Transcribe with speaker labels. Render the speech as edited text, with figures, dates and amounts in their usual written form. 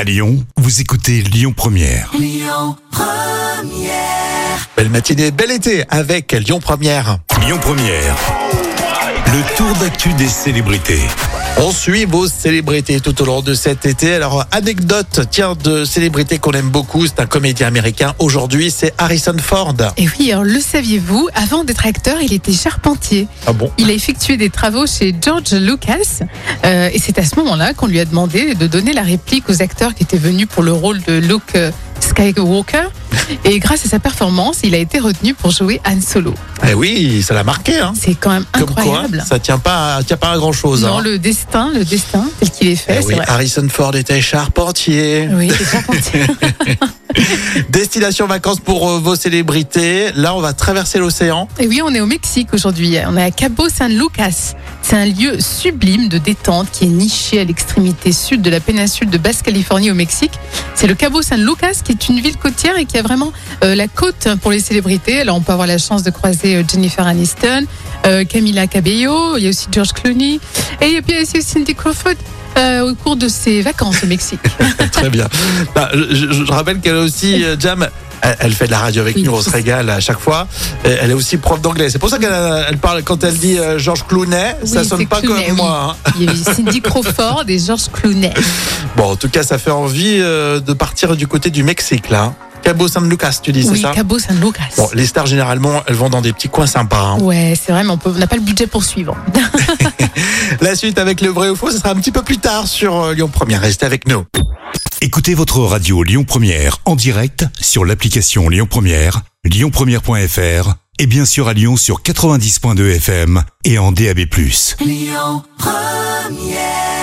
Speaker 1: À Lyon, vous écoutez Lyon Première.
Speaker 2: Belle matinée, bel été avec Lyon Première.
Speaker 1: Lyon Première. Le tour d'actu des célébrités.
Speaker 2: On suit vos célébrités tout au long de cet été. Alors, anecdote, de célébrités qu'on aime beaucoup. C'est un comédien américain. Aujourd'hui, c'est Harrison Ford.
Speaker 3: Et oui, alors le saviez-vous, avant d'être acteur, il était charpentier.
Speaker 2: Ah bon?
Speaker 3: Il a effectué des travaux chez George Lucas. Et c'est à ce moment-là qu'on lui a demandé de donner la réplique aux acteurs qui étaient venus pour le rôle de Luke Skywalker. Et grâce à sa performance, il a été retenu pour jouer Han Solo.
Speaker 2: Eh oui, ça l'a marqué. Hein.
Speaker 3: C'est quand même
Speaker 2: Comme
Speaker 3: incroyable.
Speaker 2: quoi, ça tient pas à grand chose.
Speaker 3: Non,
Speaker 2: Hein.
Speaker 3: le destin tel qu'il est fait,
Speaker 2: Eh
Speaker 3: c'est
Speaker 2: oui,
Speaker 3: vrai.
Speaker 2: Harrison Ford était charpentier.
Speaker 3: Oui, il est charpentier.
Speaker 2: Destination vacances pour vos célébrités. Là, on va traverser l'océan.
Speaker 3: Et oui, on est au Mexique aujourd'hui. On est à Cabo San Lucas. C'est un lieu sublime de détente qui est niché à l'extrémité sud de la péninsule de Basse-Californie au Mexique. C'est le Cabo San Lucas qui est une ville côtière et qui a vraiment la côte pour les célébrités. Alors, on peut avoir la chance de croiser Jennifer Aniston, Camila Cabello, il y a aussi George Clooney et puis il y a aussi Cindy Crawford au cours de ses vacances au Mexique.
Speaker 2: Très bien. Je rappelle qu'elle a aussi, Jam, elle fait de la radio avec
Speaker 3: Oui,
Speaker 2: nous, on se régale à chaque fois. Elle est aussi prof d'anglais. C'est pour ça qu'elle parle, quand elle dit George Clooney, ça
Speaker 3: Oui,
Speaker 2: sonne
Speaker 3: c'est
Speaker 2: pas
Speaker 3: Clooney,
Speaker 2: comme
Speaker 3: oui.
Speaker 2: moi. Hein.
Speaker 3: Il y a eu Cindy Crawford et George Clooney.
Speaker 2: Bon, en tout cas, ça fait envie de partir du côté du Mexique, là. Cabo San Lucas, tu dis,
Speaker 3: Oui,
Speaker 2: c'est ça?
Speaker 3: Cabo San Lucas.
Speaker 2: Bon, les stars, généralement, elles vont dans des petits coins sympas. Hein.
Speaker 3: Ouais, c'est vrai, mais on n'a pas le budget pour suivre.
Speaker 2: La suite avec le vrai ou faux, ça sera un petit peu plus tard sur Lyon Première. Restez avec nous.
Speaker 1: Écoutez votre radio Lyon Première en direct sur l'application Lyon Première, lyonpremière.fr et bien sûr à Lyon sur 90.2 FM et en DAB+.
Speaker 4: Lyon Première.